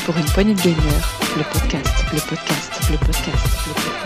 pour une poignée de gamers, le podcast, le podcast, le podcast, le podcast.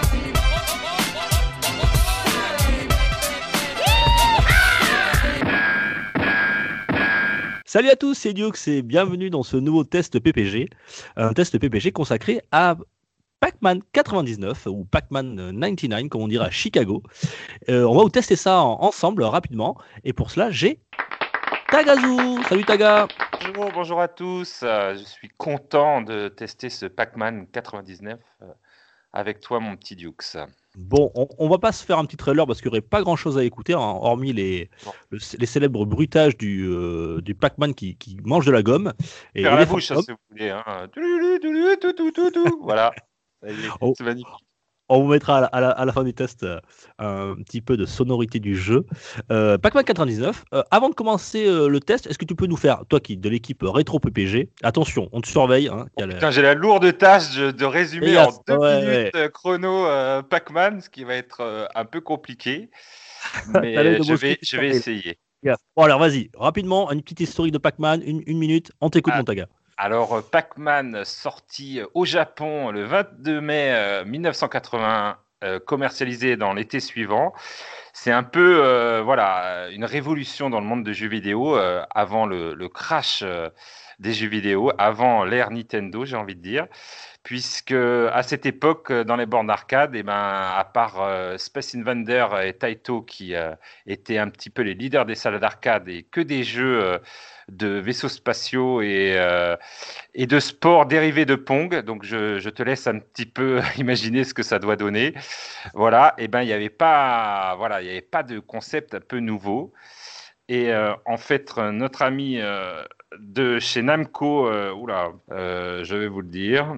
Salut à tous, c'est Dukes et bienvenue dans ce nouveau test PPG. Un test PPG consacré à Pac-Man 99 ou Pac-Man 99 comme on dirait à Chicago. On va vous tester ça ensemble rapidement et pour cela j'ai Tagazu. Salut Taga. Bonjour à tous, je suis content de tester ce Pac-Man 99 avec toi mon petit Dukes. Bon, on va pas se faire un petit trailer parce qu'il n'y aurait pas grand chose à écouter, hein, hormis les célèbres bruitages du Pac-Man qui mange de la gomme. Et faire la bouche si vous voulez. Hein. Voilà, c'est magnifique. On vous mettra à la fin du test un petit peu de sonorité du jeu. Pac-Man 99, avant de commencer le test, est-ce que tu peux nous faire, toi qui es de l'équipe Rétro PPG, attention, on te surveille. Hein, putain, j'ai la lourde tâche de résumer en 2 minutes chrono Pac-Man, ce qui va être un peu compliqué, mais je vais essayer. Bon, alors vas-y, rapidement, une petite historique de Pac-Man, une minute, on t'écoute mon Taga. Alors, Pac-Man sorti au Japon le 22 mai 1980, commercialisé dans l'été suivant. C'est un peu une révolution dans le monde de jeux vidéo avant le crash des jeux vidéo, avant l'ère Nintendo, j'ai envie de dire. Puisque à cette époque, dans les bornes d'arcade, à part Space Invader et Taito qui étaient un petit peu les leaders des salles d'arcade et que des jeux de vaisseaux spatiaux et de sport dérivés de Pong. Donc je te laisse un petit peu imaginer ce que ça doit donner. Voilà, et il n'y avait pas, de concept un peu nouveau. Et en fait, notre ami de chez Namco, je vais vous le dire,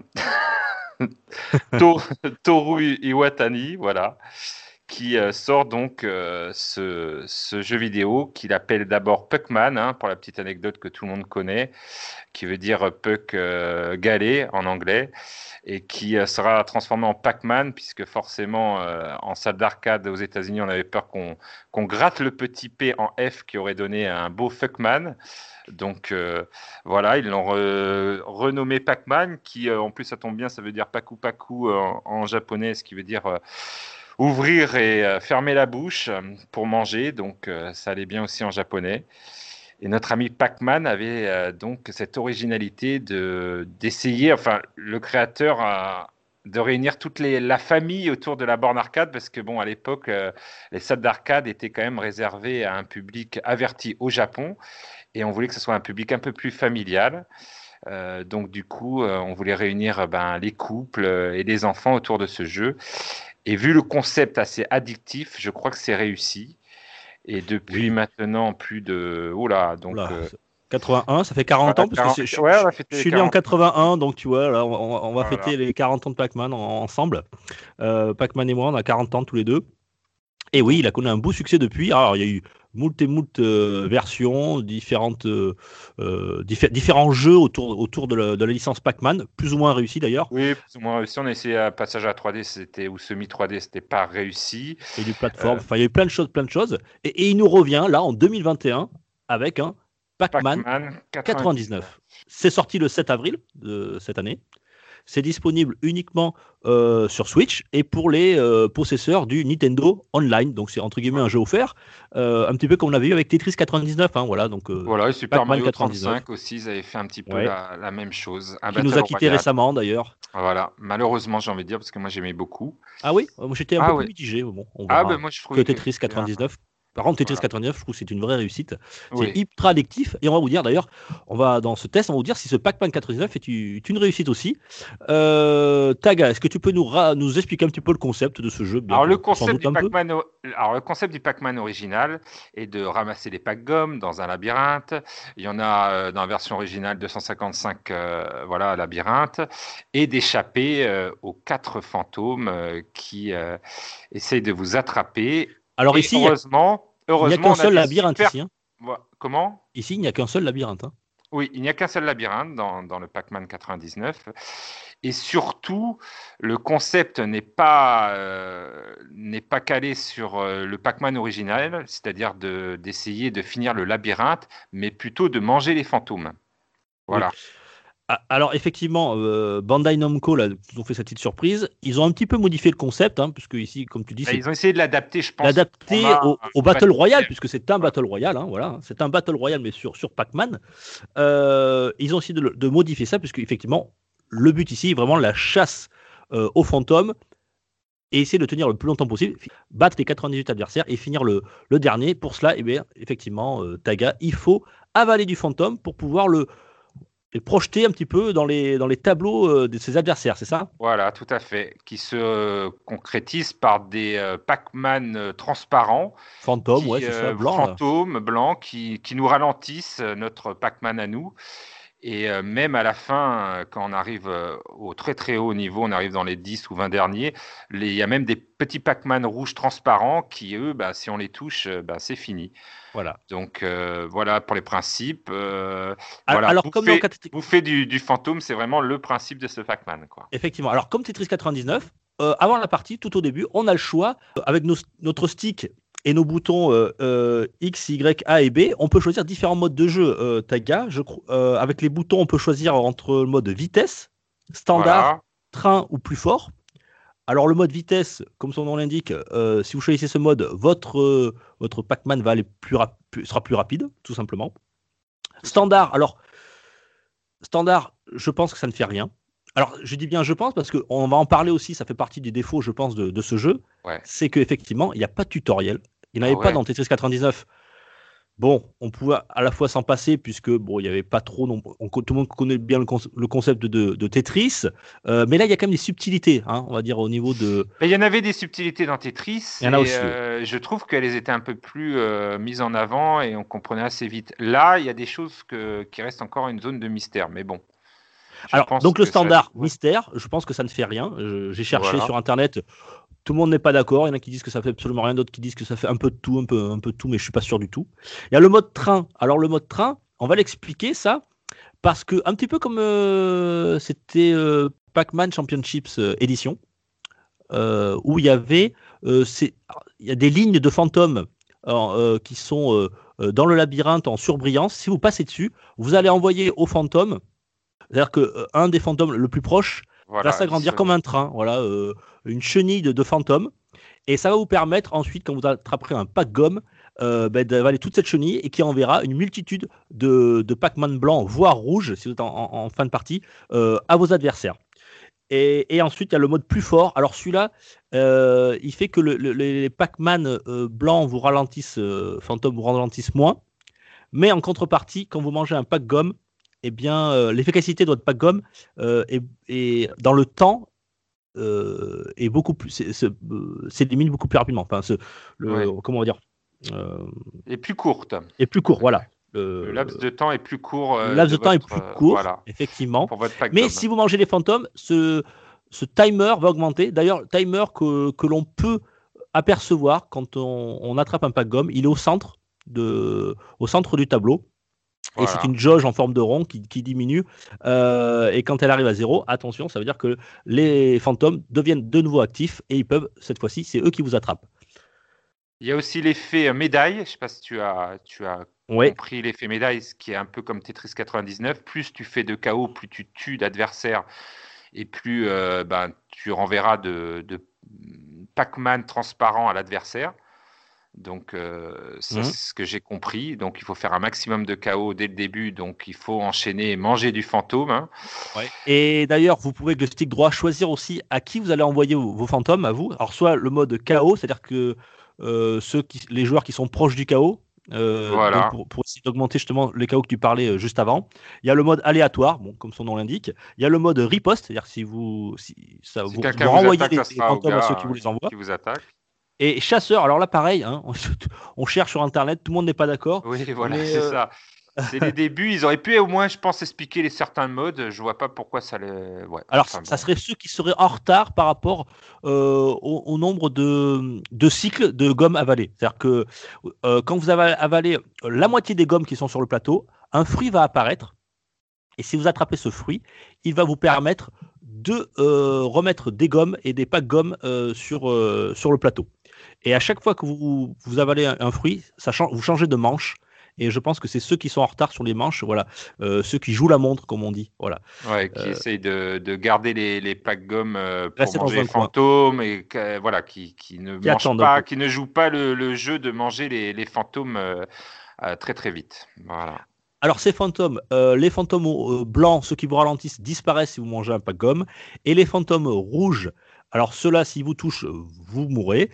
Toru Iwatani, voilà, qui sort donc ce jeu vidéo qu'il appelle d'abord Puckman, hein, pour la petite anecdote que tout le monde connaît, qui veut dire Puck galet en anglais, et qui sera transformé en Pac-Man, puisque forcément, en salle d'arcade aux États-Unis, on avait peur qu'on gratte le petit P en F qui aurait donné un beau Fuckman. Donc voilà, ils l'ont renommé Pac-Man, qui en plus, ça tombe bien, ça veut dire Paku Paku en japonais, ce qui veut dire ouvrir et fermer la bouche pour manger. Donc ça allait bien aussi en japonais. Et notre ami Pac-Man avait donc cette originalité d'essayer, enfin le créateur de réunir toute la famille autour de la borne arcade, parce que bon, à l'époque, les salles d'arcade étaient quand même réservées à un public averti au Japon, et on voulait que ce soit un public un peu plus familial. Donc du coup, on voulait réunir les couples et les enfants autour de ce jeu. Et vu le concept assez addictif, je crois que c'est réussi. Et depuis maintenant plus de... 81, ça fait 40 ans, parce que je suis né en 81, donc tu vois, là, on va fêter les 40 ans de Pac-Man ensemble. Pac-Man et moi, on a 40 ans tous les deux. Et oui, il a connu un beau succès depuis. Alors, il y a eu moult versions, différents jeux autour de la licence Pac-Man, plus ou moins réussis d'ailleurs. Oui, plus ou moins réussi. On a essayé un passage à 3D, ou semi-3D, c'était pas réussi. Et du plateforme, il y a eu plein de choses. Et il nous revient là en 2021 avec un Pac-Man 99. C'est sorti le 7 avril de cette année. C'est disponible uniquement sur Switch et pour les possesseurs du Nintendo Online. Donc c'est entre guillemets un jeu offert, un petit peu comme on avait eu avec Tetris 99. Hein, voilà, donc, et Super Mario 35 aussi, ils avaient fait un petit peu la même chose. Qui nous a quitté récemment d'ailleurs. Voilà, malheureusement j'ai envie de dire, parce que moi j'aimais beaucoup. Ah oui, moi j'étais un peu plus mitigé. Bon, on verra moi je trouve que Tetris 99. Par contre, Tetris 99, je trouve que c'est une vraie réussite. C'est ultra addictif. Et on va vous dire d'ailleurs, dans ce test, on va vous dire si ce Pac-Man 99 est une réussite aussi. Taga, est-ce que tu peux nous expliquer un petit peu le concept de ce jeu? Alors, le concept du Pac-Man original est de ramasser des Pac-Gommes dans un labyrinthe. Il y en a dans la version originale 255 labyrinthes, et d'échapper aux 4 fantômes qui essayent de vous attraper. Alors ici, heureusement, il n'y a qu'un seul labyrinthe ici. Hein. Comment ? Ici, il n'y a qu'un seul labyrinthe. Hein. Oui, il n'y a qu'un seul labyrinthe dans le Pac-Man 99. Et surtout, le concept n'est pas calé sur le Pac-Man original, c'est-à-dire d'essayer de finir le labyrinthe, mais plutôt de manger les fantômes. Voilà. Oui. Alors effectivement, Bandai Namco là, ils ont fait cette petite surprise. Ils ont un petit peu modifié le concept, puisque ici, comme tu dis, ils ont essayé de l'adapter, je pense. L'adapter au Battle Royale, puisque c'est un Battle Royale, voilà, c'est un Battle Royale mais sur Pac-Man. Ils ont essayé de modifier ça, puisque effectivement, le but ici est vraiment la chasse aux fantômes et essayer de tenir le plus longtemps possible, battre les 98 adversaires et finir le dernier. Pour cela, effectivement, Taga, il faut avaler du fantôme pour pouvoir le projeter un petit peu dans les tableaux de ses adversaires, c'est ça ? Voilà, tout à fait. Qui se concrétise par des Pac-Man transparents. Fantômes, ouais, c'est ça, blancs. Fantômes, blancs, qui nous ralentissent notre Pac-Man à nous. Et même à la fin, quand on arrive au très très haut niveau, on arrive dans les 10 ou 20 derniers, il y a même des petits Pac-Man rouges transparents qui, eux, si on les touche, c'est fini. Voilà. Donc voilà pour les principes. Voilà. Alors, bouffer du fantôme, c'est vraiment le principe de ce Pac-Man, quoi. Effectivement. Alors comme Tetris 99, avant la partie, tout au début, on a le choix avec notre stick et nos boutons X, Y, A et B. On peut choisir différents modes de jeu. Taga, avec les boutons, on peut choisir entre le mode vitesse, standard, train ou plus fort. Alors le mode vitesse, comme son nom l'indique, si vous choisissez ce mode, votre Pac-Man va aller sera plus rapide, tout simplement. Standard, je pense que ça ne fait rien. Alors je dis bien je pense parce qu'on va en parler aussi, ça fait partie des défauts, je pense, de ce jeu. Ouais. C'est qu'effectivement, il n'y a pas de tutoriel. Il n'y en avait pas dans Tetris 99. Bon, on pouvait à la fois s'en passer puisque il n'y avait pas trop, tout le monde connaît bien le concept de Tetris, mais là il y a quand même des subtilités, on va dire au niveau de. Mais il y en avait des subtilités dans Tetris. Il y en a aussi. Je trouve qu'elles étaient un peu plus mises en avant et on comprenait assez vite. Là, il y a des choses qui restent encore une zone de mystère, mais bon. Alors donc le standard mystère, je pense que ça ne fait rien. J'ai cherché sur internet. Tout le monde n'est pas d'accord. Il y en a qui disent que ça fait absolument rien, d'autres qui disent que ça fait un peu de tout, un peu de tout, mais je suis pas sûr du tout. Il y a le mode train. Alors le mode train, on va l'expliquer ça, parce que un petit peu comme c'était Pac-Man Championships édition, où il y avait, il y a des lignes de fantômes qui sont dans le labyrinthe en surbrillance. Si vous passez dessus, vous allez envoyer aux fantômes. C'est-à-dire qu'un des fantômes le plus proche va s'agrandir comme un train, une chenille de fantômes, et ça va vous permettre ensuite, quand vous attraperez un pack-gomme, d'avaler toute cette chenille et qui enverra une multitude de Pac-Man blancs, voire rouges, si vous êtes en fin de partie, à vos adversaires. Et ensuite, il y a le mode plus fort. Alors celui-là, il fait que les Pac-Man blancs vous ralentissent, fantômes vous ralentissent moins, mais en contrepartie, quand vous mangez un pack-gomme, l'efficacité de votre pack-gomme est dans le temps est beaucoup plus s'élimine beaucoup plus rapidement. Enfin, comment on va dire est plus courte. Est plus court, voilà. Le laps de temps est plus court. Le laps de temps est plus court, effectivement. Pour votre mais si vous mangez les fantômes, ce timer va augmenter. D'ailleurs, timer que l'on peut apercevoir quand on attrape un pack-gomme, il est au centre du tableau. Et c'est une jauge en forme de rond qui diminue. Et quand elle arrive à 0, attention, ça veut dire que les fantômes deviennent de nouveau actifs et ils peuvent, cette fois-ci, c'est eux qui vous attrapent. Il y a aussi l'effet médaille. Je ne sais pas si tu as compris l'effet médaille, ce qui est un peu comme Tetris 99. Plus tu fais de KO, plus tu tues d'adversaires et plus tu renverras de Pac-Man transparent à l'adversaire. Donc, c'est ce que j'ai compris. Donc, il faut faire un maximum de KO dès le début. Donc, il faut enchaîner et manger du fantôme. Ouais. Et d'ailleurs, vous pouvez avec le stick droit choisir aussi à qui vous allez envoyer vos fantômes, à vous. Alors, soit le mode KO, c'est-à-dire que les joueurs qui sont proches du KO, donc pour essayer d'augmenter justement les KO que tu parlais juste avant. Il y a le mode aléatoire, comme son nom l'indique. Il y a le mode riposte, c'est-à-dire si vous renvoyez les fantômes à ceux qui vous les envoient. Qui vous attaquent. Et chasseur, alors là pareil, on cherche sur internet, tout le monde n'est pas d'accord. Oui, voilà, c'est ça. C'est les débuts, ils auraient pu au moins, je pense, expliquer certains modes. Je vois pas pourquoi ça les. Ouais, alors, ça serait ceux qui seraient en retard par rapport au nombre de cycles de gomme avalées. C'est-à-dire que quand vous avez avalé la moitié des gommes qui sont sur le plateau, un fruit va apparaître. Et si vous attrapez ce fruit, il va vous permettre de remettre des gommes et des packs gommes sur le plateau. Et à chaque fois que vous avalez un fruit, vous changez de manche. Et je pense que c'est ceux qui sont en retard sur les manches, voilà, ceux qui jouent la montre, comme on dit. Voilà. Ouais, qui essayent de garder les packs gomme pour Rester manger dans les un coin. fantômes et voilà, qui ne Qui mangent attendent un pas, peu. qui ne jouent pas le jeu de manger les fantômes très très vite. Voilà. Alors, ces fantômes, les fantômes blancs, ceux qui vous ralentissent, disparaissent si vous mangez un pack gomme. Et les fantômes rouges, alors ceux-là, s'ils vous touchent, vous mourrez.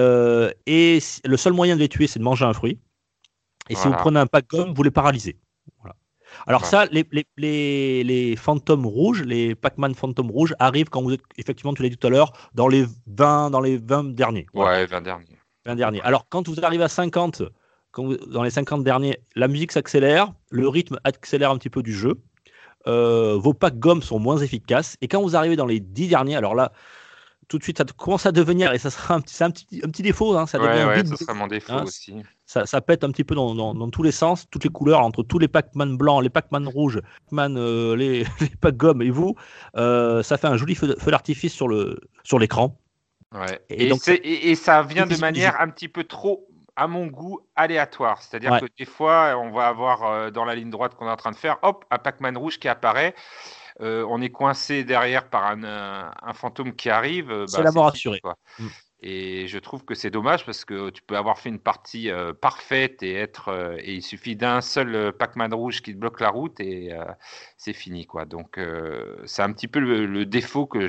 Le seul moyen de les tuer, c'est de manger un fruit. Et si vous Voilà. prenez un pack gomme, vous les paralysez. Voilà. Alors Voilà. ça, les fantômes rouges, les Pac-Man fantômes rouges arrivent quand vous êtes, effectivement, tu l'as dit tout à l'heure, dans les 20 derniers. Voilà. Ouais, 20 derniers. 20 derniers. Alors, quand vous arrivez à 50, dans les 50 derniers, la musique s'accélère, le rythme accélère un petit peu du jeu. Vos packs gomme sont moins efficaces. Et quand vous arrivez dans les 10 derniers, alors là, tout de suite, ça commence à devenir, et ça sera un petit défaut, hein, ça devient Ouais, vite. ça serait mon défaut aussi. Ça pète un petit peu dans tous les sens, toutes les couleurs, entre tous les Pac-Man blancs, les Pac-Man rouges, Pac-Man, les pack gomme et vous, ça fait un joli feu d'artifice sur l'écran. Ouais. Et Ça vient de manière un petit peu trop, à mon goût, aléatoire. C'est-à-dire que des fois, on va avoir dans la ligne droite qu'on est en train de faire, hop, un Pac-Man rouge qui apparaît. On est coincé derrière par un fantôme qui arrive. C'est la mort assurée. Et je trouve que c'est dommage parce que tu peux avoir fait une partie parfaite et il suffit d'un seul Pac-Man rouge qui te bloque la route et c'est fini, quoi. Donc c'est un petit peu le défaut que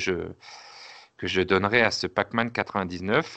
je donnerais à ce Pac-Man 99.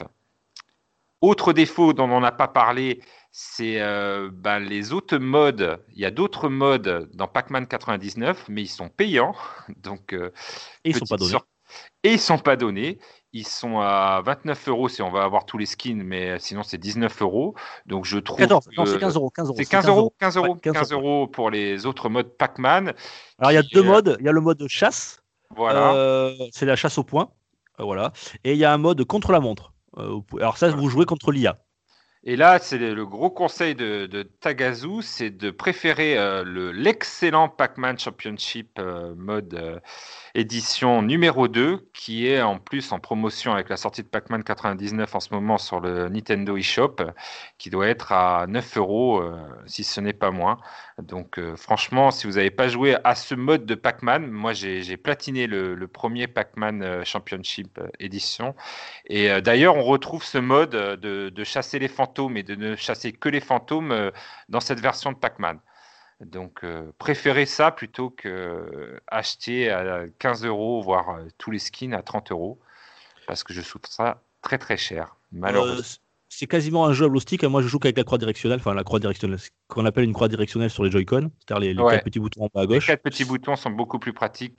Autre défaut dont on n'a pas parlé, c'est les autres modes. Il y a d'autres modes dans Pac-Man 99, mais ils sont payants. Donc, et ils ne sont pas donnés. Et ils ne sont pas donnés. Ils sont à 29 € si on va avoir tous les skins, mais sinon c'est 19 €. Donc je trouve. 14, non, c'est 15 €. C'est 15 €. 15 € 15 € pour les autres modes Pac-Man. Alors il y a deux modes. Il y a le mode chasse. Voilà. C'est la chasse au point. Voilà. Et il y a un mode contre la montre. Alors ça, vous jouez contre l'IA. Et là, c'est le gros conseil de Tagazu, c'est de préférer l'excellent Pac-Man Championship mode édition numéro 2, qui est en plus en promotion avec la sortie de Pac-Man 99 en ce moment sur le Nintendo eShop, qui doit être à 9 €, si ce n'est pas moins. Donc franchement, si vous n'avez pas joué à ce mode de Pac-Man, moi j'ai platiné le premier Pac-Man Championship édition. Et d'ailleurs, on retrouve ce mode de chasser les fantômes et de ne chasser que les fantômes dans cette version de Pac-Man. Donc, préférez ça plutôt que acheter à 15 €, voire tous les skins à 30 €, parce que je trouve ça très très cher, malheureusement. C'est quasiment un jeu au stick. Moi, je joue qu'avec la croix directionnelle, enfin la croix directionnelle, ce qu'on appelle une croix directionnelle sur les Joy-Con, c'est-à-dire les 4 petits boutons en bas à gauche. Les 4 petits boutons sont beaucoup plus pratiques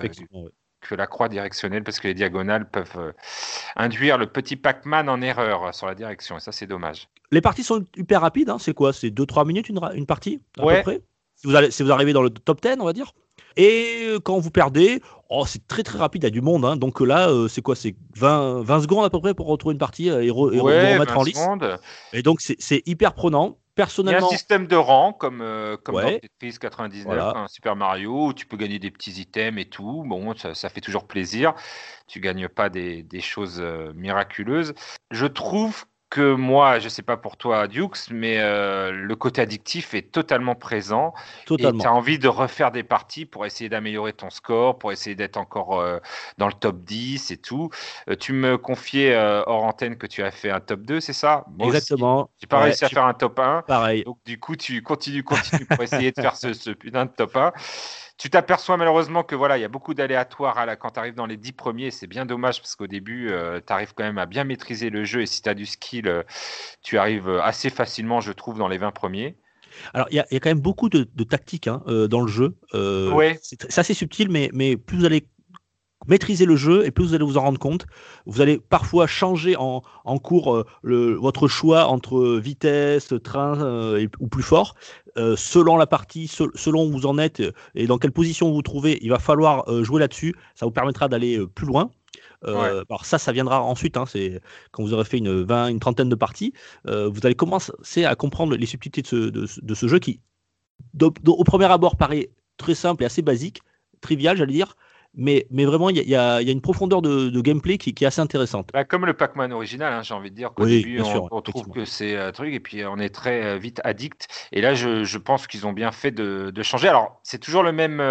que la croix directionnelle, parce que les diagonales peuvent induire le petit Pac-Man en erreur sur la direction, et ça c'est dommage. Les parties sont hyper rapides, hein. C'est quoi? C'est 2-3 minutes une partie à peu près, si vous arrivez dans le top 10, on va dire. Et quand vous perdez, c'est très très rapide, il y a du monde, hein. Donc là, c'est quoi? C'est 20 secondes à peu près pour retrouver une partie et remettre en lice. Secondes. Et donc c'est hyper prenant. Personnellement, il y a un système de rang comme dans Tetris 99, Super Mario, où tu peux gagner des petits items et tout. Bon, ça fait toujours plaisir. Tu gagnes pas des choses miraculeuses. Je trouve que moi, je sais pas pour toi, Dukes, mais le côté addictif est totalement présent. Totalement. Et tu as envie de refaire des parties pour essayer d'améliorer ton score, pour essayer d'être encore dans le top 10 et tout. Tu me confiais hors antenne que tu as fait un top 2, c'est ça? Moi exactement. J'ai pas réussi à faire un top 1. Pareil. Donc du coup, tu continues pour essayer de faire ce putain de top 1. Tu t'aperçois malheureusement que voilà, il y a beaucoup d'aléatoires quand tu arrives dans les 10 premiers. C'est bien dommage parce qu'au début, tu arrives quand même à bien maîtriser le jeu et si tu as du skill, tu arrives assez facilement, je trouve, dans les 20 premiers. Alors, il y a quand même beaucoup de tactiques dans le jeu. C'est assez subtil, mais plus vous allez maîtriser le jeu et plus vous allez vous en rendre compte. Vous allez parfois changer en cours votre choix entre vitesse, train ou plus fort. Selon la partie, selon où vous en êtes et dans quelle position vous vous trouvez, il va falloir jouer là-dessus. Ça vous permettra d'aller plus loin. Alors ça viendra ensuite. C'est quand vous aurez fait une trentaine de parties, vous allez commencer à comprendre les subtilités de ce jeu qui, au premier abord, paraît très simple et assez basique, trivial, j'allais dire. mais vraiment, il y a une profondeur de gameplay qui est assez intéressante. Bah, comme le Pac-Man original, hein, j'ai envie de dire qu'au début, on trouve que c'est un truc, et puis on est très vite addict. Et là, je pense qu'ils ont bien fait de changer. Alors, c'est toujours le même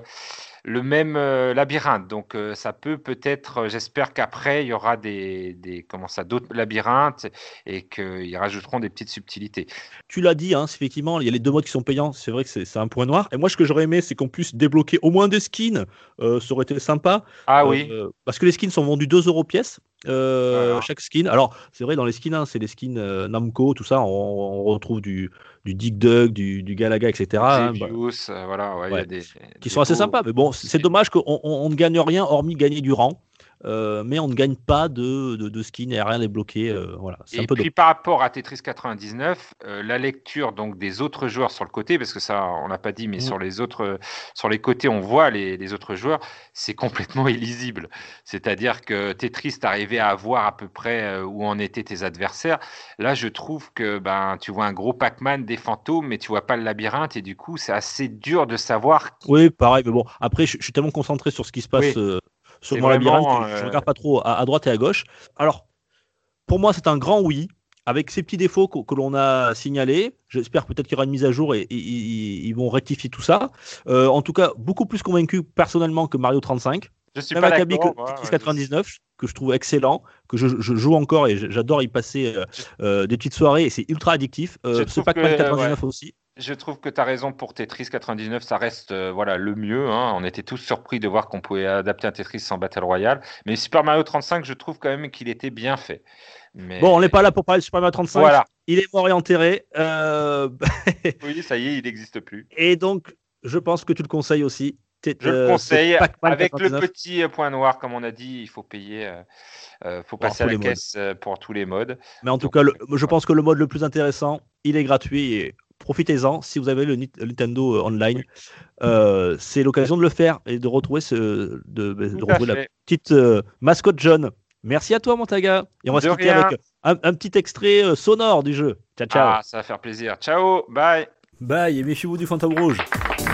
labyrinthe. Donc, ça peut-être, j'espère qu'après, il y aura d'autres labyrinthes et qu'ils rajouteront des petites subtilités. Tu l'as dit, hein, effectivement, il y a les 2 modes qui sont payants. C'est vrai que c'est un point noir. Et moi, ce que j'aurais aimé, c'est qu'on puisse débloquer au moins des skins. Ça aurait été sympa. Ah oui. Parce que les skins sont vendus 2 € pièce. Chaque skin. Alors, c'est vrai, dans les skins, hein, c'est les skins Namco, tout ça. On retrouve du Dig Dug, du Galaga, etc. Voilà, ouais, y a qui sont assez sympas. Mais bon, c'est dommage qu'on ne gagne rien hormis gagner du rang. Mais on ne gagne pas de skin, il n'y a rien débloqué. Voilà, et puis par rapport à Tetris 99, la lecture donc des autres joueurs sur le côté, parce que ça on l'a pas dit, mais sur les côtés on voit les autres joueurs, c'est complètement illisible. C'est-à-dire que Tetris, t'arrivais à voir à peu près où en étaient tes adversaires. Là, je trouve que tu vois un gros Pac-Man, des fantômes, mais tu vois pas le labyrinthe, et du coup c'est assez dur de savoir. Oui, pareil, mais bon, après je suis tellement concentré sur ce qui se passe. Sur mon labyrinthe, je regarde pas trop à droite et à gauche. Alors, pour moi, c'est un grand oui, avec ces petits défauts que l'on a signalés. J'espère peut-être qu'il y aura une mise à jour et ils vont rectifier tout ça. En tout cas, beaucoup plus convaincu personnellement que Mario 35. Je suis même pas accablé que d'accord. Tetris 99, que je trouve excellent, que je joue encore et j'adore y passer des petites soirées et c'est ultra addictif. Ce Pac-Man 99 aussi. Je trouve que tu as raison pour Tetris 99, ça reste le mieux. Hein. On était tous surpris de voir qu'on pouvait adapter un Tetris sans Battle Royale. Mais Super Mario 35, je trouve quand même qu'il était bien fait. Mais... Bon, on n'est pas là pour parler de Super Mario 35. Voilà. Il est mort et enterré. Oui, ça y est, il n'existe plus. Et donc, je pense que tu le conseilles aussi. Je le conseille. Avec 99. le petit point noir, comme on a dit, il faut payer. Faut passer à la caisse pour tous les modes. Mais en tout cas, je pense que le mode le plus intéressant, il est gratuit et profitez-en si vous avez le Nintendo Online. C'est l'occasion de le faire et de retrouver, la petite mascotte jaune. Merci à toi, Montaga. Et on va se quitter avec un petit extrait sonore du jeu. Ciao, ciao. Ah, ça va faire plaisir. Ciao, bye. Bye et méfiez-vous du fantôme rouge.